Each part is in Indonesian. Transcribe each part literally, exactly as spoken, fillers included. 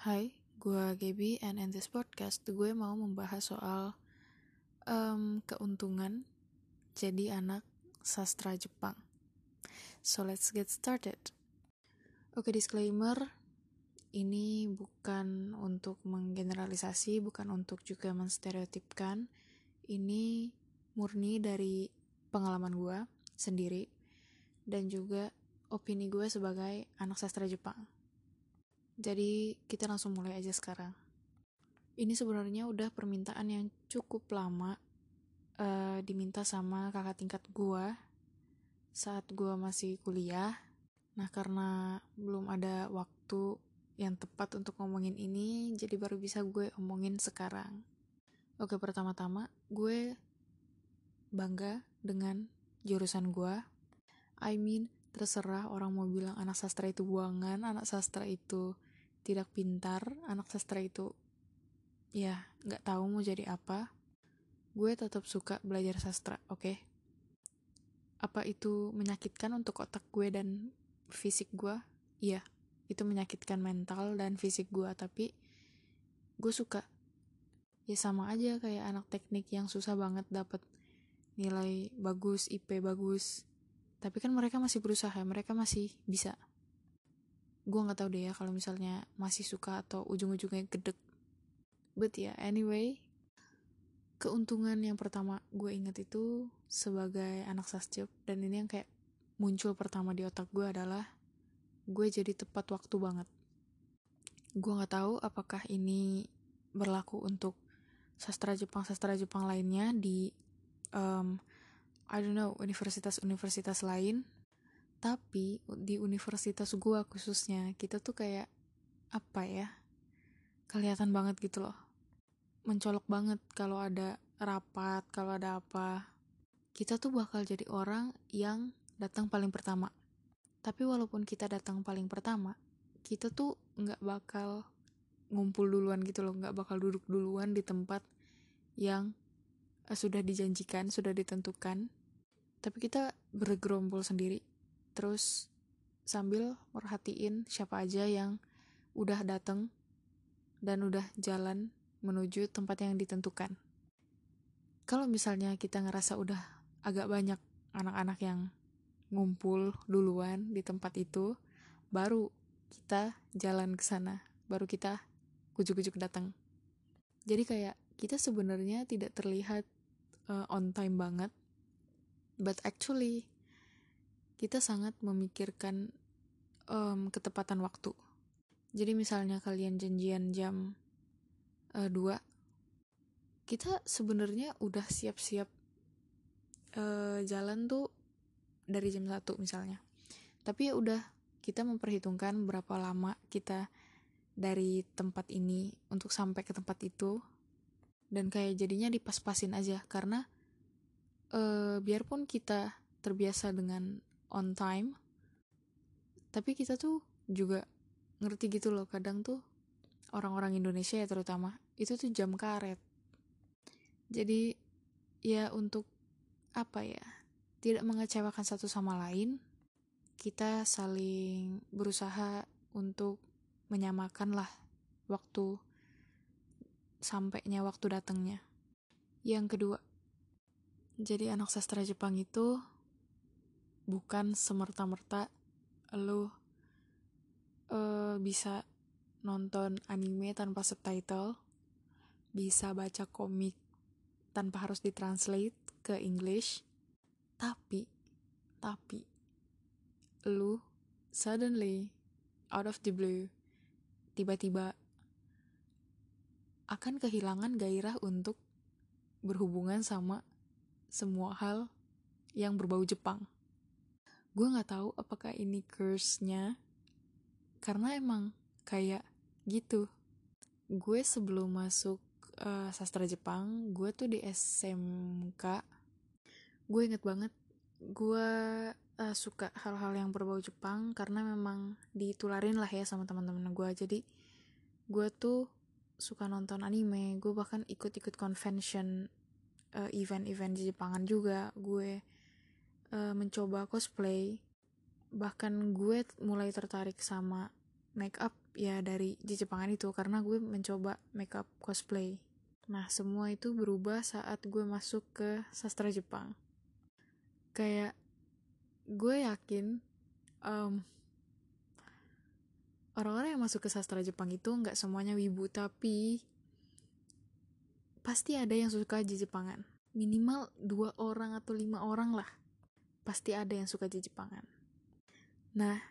Hai, gue Gaby, and in this podcast gue mau membahas soal um, keuntungan jadi anak sastra Jepang. So let's get started. Oke, disclaimer, ini bukan untuk menggeneralisasi, bukan untuk juga menstereotipkan. Ini murni dari pengalaman gue sendiri dan juga opini gue sebagai anak sastra Jepang. Jadi kita langsung mulai aja sekarang. Ini sebenarnya udah permintaan yang cukup lama uh, diminta sama kakak tingkat gue saat gue masih kuliah. Nah, karena belum ada waktu yang tepat untuk ngomongin ini, jadi baru bisa gue omongin sekarang. Oke, pertama-tama gue bangga dengan jurusan gue. I mean, terserah orang mau bilang anak sastra itu buangan, anak sastra itu tidak pintar, anak sastra itu ya nggak tahu mau jadi apa. Gue tetap suka belajar sastra, oke? Okay? Apa itu menyakitkan untuk otak gue dan fisik gue? Iya, itu menyakitkan mental dan fisik gue, tapi gue suka. Ya sama aja kayak anak teknik yang susah banget dapat nilai bagus, I P bagus. Tapi kan mereka masih berusaha, mereka masih bisa. Gue nggak tahu deh ya kalau misalnya masih suka atau ujung-ujungnya gedek. But ya, yeah, anyway, keuntungan yang pertama gue inget itu sebagai anak sasjep, dan ini yang kayak muncul pertama di otak gue adalah gue jadi tepat waktu banget. Gue nggak tahu apakah ini berlaku untuk sastra Jepang sastra Jepang lainnya di um, I don't know universitas-universitas lain, tapi di universitas gue khususnya kita tuh kayak apa ya, kelihatan banget gitu loh, mencolok banget kalau ada rapat, kalau ada apa, kita tuh bakal jadi orang yang datang paling pertama. Tapi walaupun kita datang paling pertama, kita tuh nggak bakal ngumpul duluan gitu loh, nggak bakal duduk duluan di tempat yang uh, sudah dijanjikan, sudah ditentukan. Tapi kita bergerombol sendiri, terus sambil merhatiin siapa aja yang udah datang dan udah jalan menuju tempat yang ditentukan. Kalau misalnya kita ngerasa udah agak banyak anak-anak yang ngumpul duluan di tempat itu, baru kita jalan ke sana, baru kita kujuk-kujuk datang. Jadi kayak kita sebenarnya tidak terlihat uh, on time banget, but actually kita sangat memikirkan um, ketepatan waktu. Jadi misalnya kalian janjian jam uh, dua, kita sebenarnya udah siap-siap uh, jalan tuh dari jam satu misalnya. Tapi ya udah, kita memperhitungkan berapa lama kita dari tempat ini untuk sampai ke tempat itu, dan kayak jadinya dipas-pasin aja, karena uh, biarpun kita terbiasa dengan on time, tapi kita tuh juga ngerti gitu loh, kadang tuh orang-orang Indonesia ya terutama, itu tuh jam karet. Jadi ya untuk apa ya, tidak mengecewakan satu sama lain, kita saling berusaha untuk menyamakan lah waktu sampainya, waktu datangnya. Yang kedua, jadi anak sastra Jepang itu bukan semerta-merta lu uh, bisa nonton anime tanpa subtitle, bisa baca komik tanpa harus ditranslate ke English, tapi tapi lu suddenly out of the blue tiba-tiba akan kehilangan gairah untuk berhubungan sama semua hal yang berbau Jepang. Gue nggak tahu apakah ini curse-nya, karena emang kayak gitu. Gue sebelum masuk uh, sastra Jepang, gue tuh di S M K, gue inget banget gue uh, suka hal-hal yang berbau Jepang karena memang ditularin lah ya sama teman-teman gue. Jadi gue tuh suka nonton anime, gue bahkan ikut-ikut convention, uh, event-event di Jepangan juga, gue uh, mencoba cosplay, bahkan gue mulai tertarik sama make up ya dari Jepangan itu, karena gue mencoba makeup cosplay. Nah, semua itu berubah saat gue masuk ke sastra Jepang. Kayak gue yakin um, orang-orang yang masuk ke sastra Jepang itu nggak semuanya wibu, tapi pasti ada yang suka Jepangan. Minimal dua orang atau lima orang lah, pasti ada yang suka Jepangan. Nah,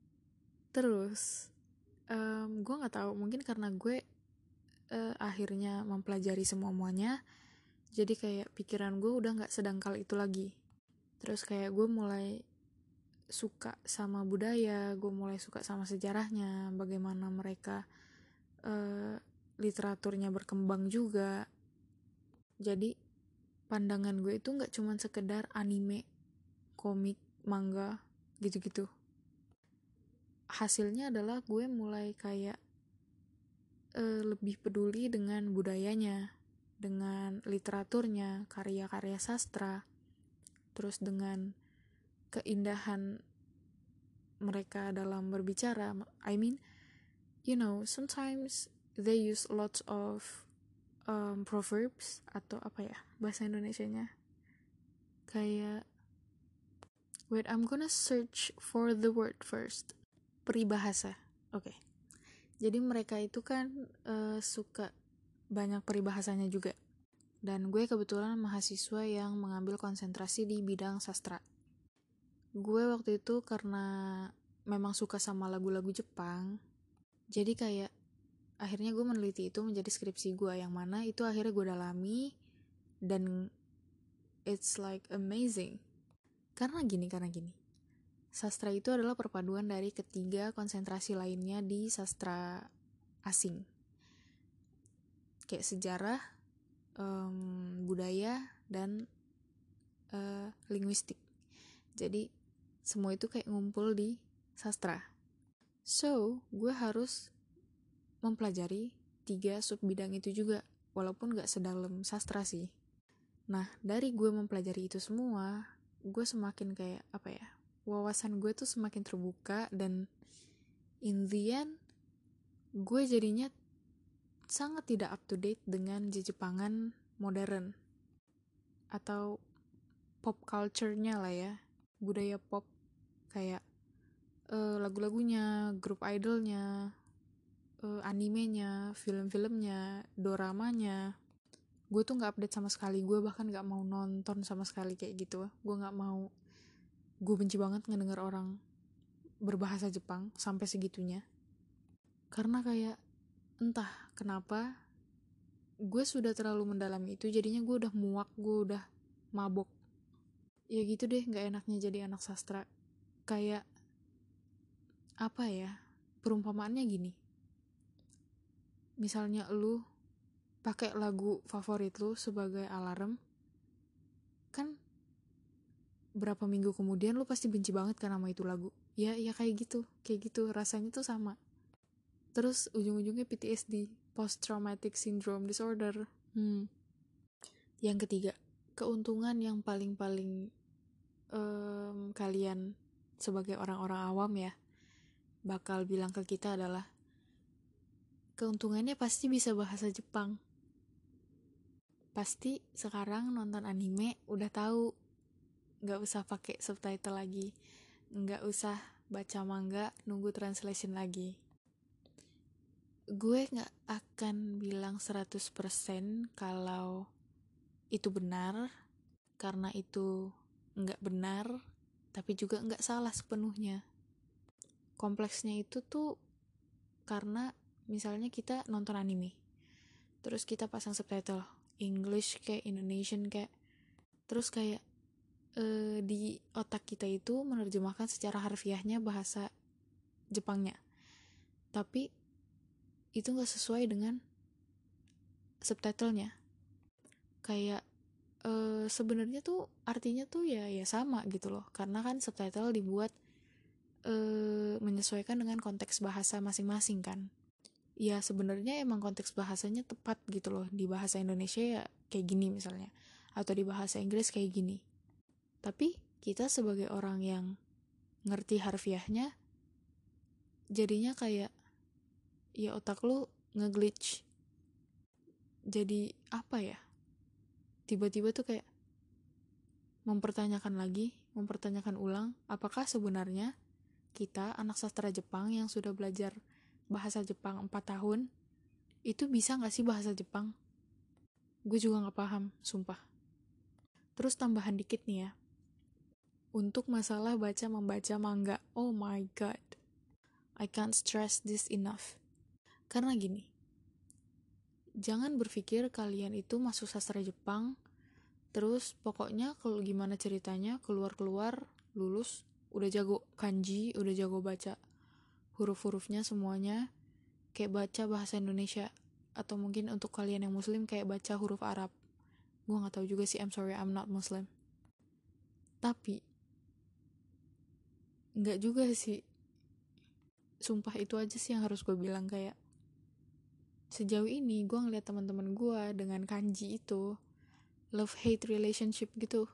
terus um, gue nggak tahu, mungkin karena gue uh, akhirnya mempelajari semua-muanya, jadi kayak pikiran gue udah nggak sedangkal itu lagi. Terus kayak gue mulai suka sama budaya, gue mulai suka sama sejarahnya, bagaimana mereka uh, literaturnya berkembang juga. Jadi pandangan gue itu nggak cuma sekedar anime, komik, manga, gitu-gitu. Hasilnya adalah gue mulai kayak uh, lebih peduli dengan budayanya, dengan literaturnya, karya-karya sastra, terus dengan keindahan mereka dalam berbicara. I mean, you know, sometimes they use lots of um, proverbs atau apa ya bahasa Indonesianya, kayak wait, I'm gonna search for the word first. Peribahasa. Oke. Okay. Jadi mereka itu kan uh, suka banyak peribahasanya juga. Dan gue kebetulan mahasiswa yang mengambil konsentrasi di bidang sastra. Gue waktu itu karena memang suka sama lagu-lagu Jepang, jadi kayak akhirnya gue meneliti itu menjadi skripsi gue, yang mana itu akhirnya gue dalami, dan it's like amazing. Karena gini, karena gini. Sastra itu adalah perpaduan dari ketiga konsentrasi lainnya di sastra asing. Kayak sejarah, um, budaya, dan uh, linguistik. Jadi semua itu kayak ngumpul di sastra. So, gue harus mempelajari tiga sub bidang itu juga, walaupun gak sedalam sastra sih. Nah, dari gue mempelajari itu semua, gue semakin kayak, apa ya, wawasan gue tuh semakin terbuka, dan in the end, gue jadinya sangat tidak up to date dengan Jepangan modern, atau pop culture-nya lah ya, budaya pop, kayak uh, lagu-lagunya, grup idolnya, uh, animenya, film-filmnya, doramanya. Gue tuh gak update sama sekali. Gue bahkan gak mau nonton sama sekali kayak gitu. Gue gak mau. Gue benci banget ngedenger orang berbahasa Jepang sampai segitunya. Karena kayak entah kenapa gue sudah terlalu mendalami itu, jadinya gue udah muak, gue udah mabok. Ya gitu deh, gak enaknya jadi anak sastra. Kayak apa ya, perumpamaannya gini, misalnya lu pakai lagu favorit lu sebagai alarm, kan berapa minggu kemudian lu pasti benci banget kan sama itu lagu. Ya, ya kayak gitu, kayak gitu rasanya tuh sama. Terus ujung-ujungnya P T S D, post traumatic syndrome disorder. Hmm. Yang ketiga, keuntungan yang paling-paling um, kalian sebagai orang-orang awam ya bakal bilang ke kita adalah, keuntungannya pasti bisa bahasa Jepang. Pasti sekarang nonton anime udah tahu, nggak usah pakai subtitle lagi, nggak usah baca manga nunggu translation lagi. Gue nggak akan bilang seratus persen kalau itu benar, karena itu nggak benar, tapi juga nggak salah sepenuhnya. Kompleksnya itu tuh karena misalnya kita nonton anime, terus kita pasang subtitle English kayak Indonesian kayak, terus kayak e, di otak kita itu menerjemahkan secara harfiahnya bahasa Jepangnya, tapi itu nggak sesuai dengan subtitlenya. Kayak e, sebenarnya tuh artinya tuh ya ya sama gitu loh, karena kan subtitle dibuat e, menyesuaikan dengan konteks bahasa masing-masing kan. Ya sebenarnya emang konteks bahasanya tepat gitu loh, di bahasa Indonesia ya kayak gini misalnya, atau di bahasa Inggris kayak gini. Tapi kita sebagai orang yang ngerti harfiahnya, jadinya kayak ya otak lu nge-glitch. Jadi apa ya, tiba-tiba tuh kayak mempertanyakan lagi, mempertanyakan ulang, apakah sebenarnya kita anak sastra Jepang yang sudah belajar bahasa Jepang empat tahun itu bisa gak sih bahasa Jepang? Gue juga gak paham, sumpah. Terus tambahan dikit nih ya, untuk masalah baca-membaca manga, oh my god, I can't stress this enough. Karena gini, jangan berpikir kalian itu masuk sastra Jepang, terus pokoknya kalau gimana ceritanya, keluar-keluar, lulus, udah jago kanji, udah jago baca huruf-hurufnya semuanya, kayak baca bahasa Indonesia, atau mungkin untuk kalian yang muslim kayak baca huruf Arab. Gue gak tahu juga sih, I'm sorry, I'm not Muslim. Tapi gak juga sih, sumpah itu aja sih yang harus gue bilang. Kayak sejauh ini gue ngeliat teman-teman gue dengan kanji itu love hate relationship gitu.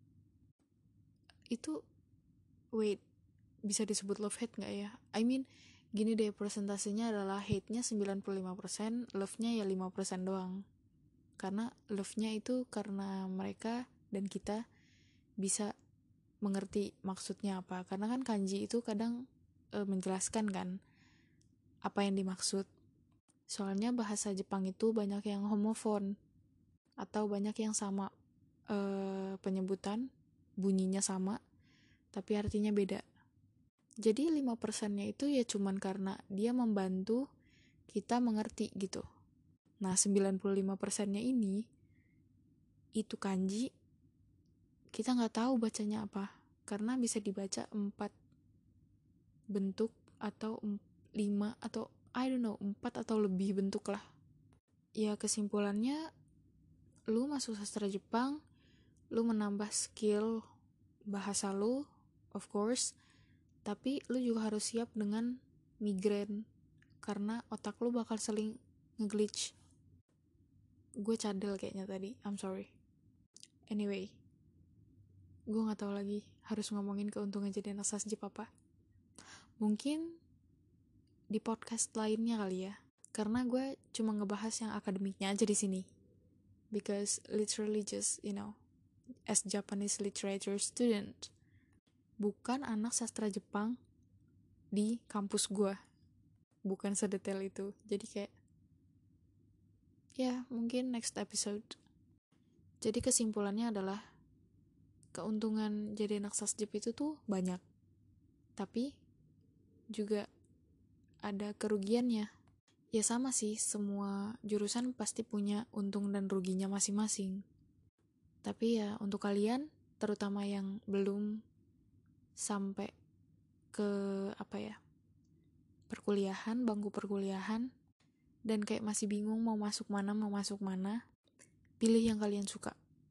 Itu wait, bisa disebut love hate gak ya? I mean gini deh, persentasenya adalah hate-nya sembilan puluh lima persen, love-nya ya lima persen doang. Karena love-nya itu karena mereka dan kita bisa mengerti maksudnya apa. Karena kan kanji itu kadang e, menjelaskan kan apa yang dimaksud. Soalnya bahasa Jepang itu banyak yang homofon atau banyak yang sama e, penyebutan, bunyinya sama tapi artinya beda. Jadi lima persennya itu ya cuman karena dia membantu kita mengerti gitu. Nah sembilan puluh lima persennya ini itu kanji, kita gak tahu bacanya apa karena bisa dibaca empat bentuk atau lima atau I don't know, empat atau lebih bentuk lah. Ya kesimpulannya, lu masuk sastra Jepang, lu menambah skill bahasa lu, of course, tapi lu juga harus siap dengan migrain karena otak lu bakal sering nge-glitch. Gue cadel kayaknya tadi, I'm sorry. Anyway, gue gak tahu lagi harus ngomongin keuntungan jadi anak sasjep apa. Mungkin di podcast lainnya kali ya, karena gue cuma ngebahas yang akademiknya aja di sini. Because literally just, you know, as Japanese literature student, bukan anak sastra Jepang di kampus gue, bukan sedetail itu. Jadi kayak ya mungkin next episode. Jadi kesimpulannya adalah keuntungan jadi anak sasjep itu tuh banyak, tapi juga ada kerugiannya. Ya sama sih, semua jurusan pasti punya untung dan ruginya masing-masing. Tapi ya untuk kalian, terutama yang belum sampai ke apa ya, perkuliahan, bangku perkuliahan, dan kayak masih bingung mau masuk mana, mau masuk mana, pilih yang kalian suka.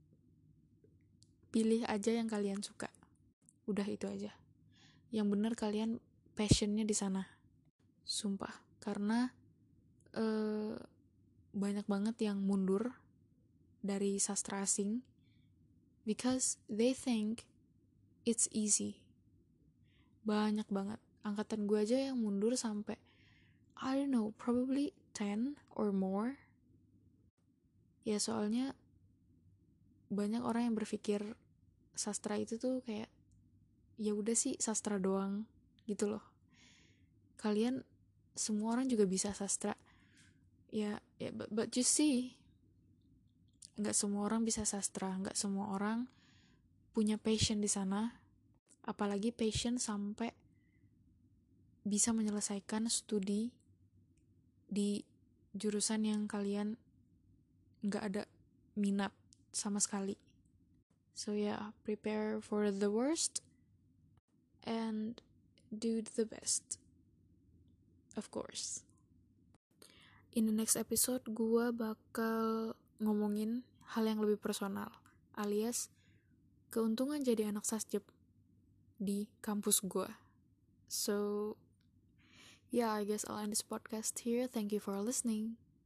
Pilih aja yang kalian suka. Udah itu aja. Yang bener kalian passionnya di sana. Sumpah, karena Uh, banyak banget yang mundur dari sastra asing because they think it's easy. Banyak banget. Angkatan gue aja yang mundur sampai I don't know, probably ten or more. Ya soalnya banyak orang yang berpikir sastra itu tuh kayak ya udah sih sastra doang gitu loh. Kalian semua orang juga bisa sastra. Ya, ya but, but you see, nggak semua orang bisa sastra, nggak semua orang punya passion di sana, apalagi passion sampai bisa menyelesaikan studi di jurusan yang kalian nggak ada minat sama sekali. So yeah, prepare for the worst and do the best, of course. In the next episode, gue bakal ngomongin hal yang lebih personal, alias keuntungan jadi anak sasjep di kampus gue. So, yeah, I guess I'll end this podcast here. Thank you for listening.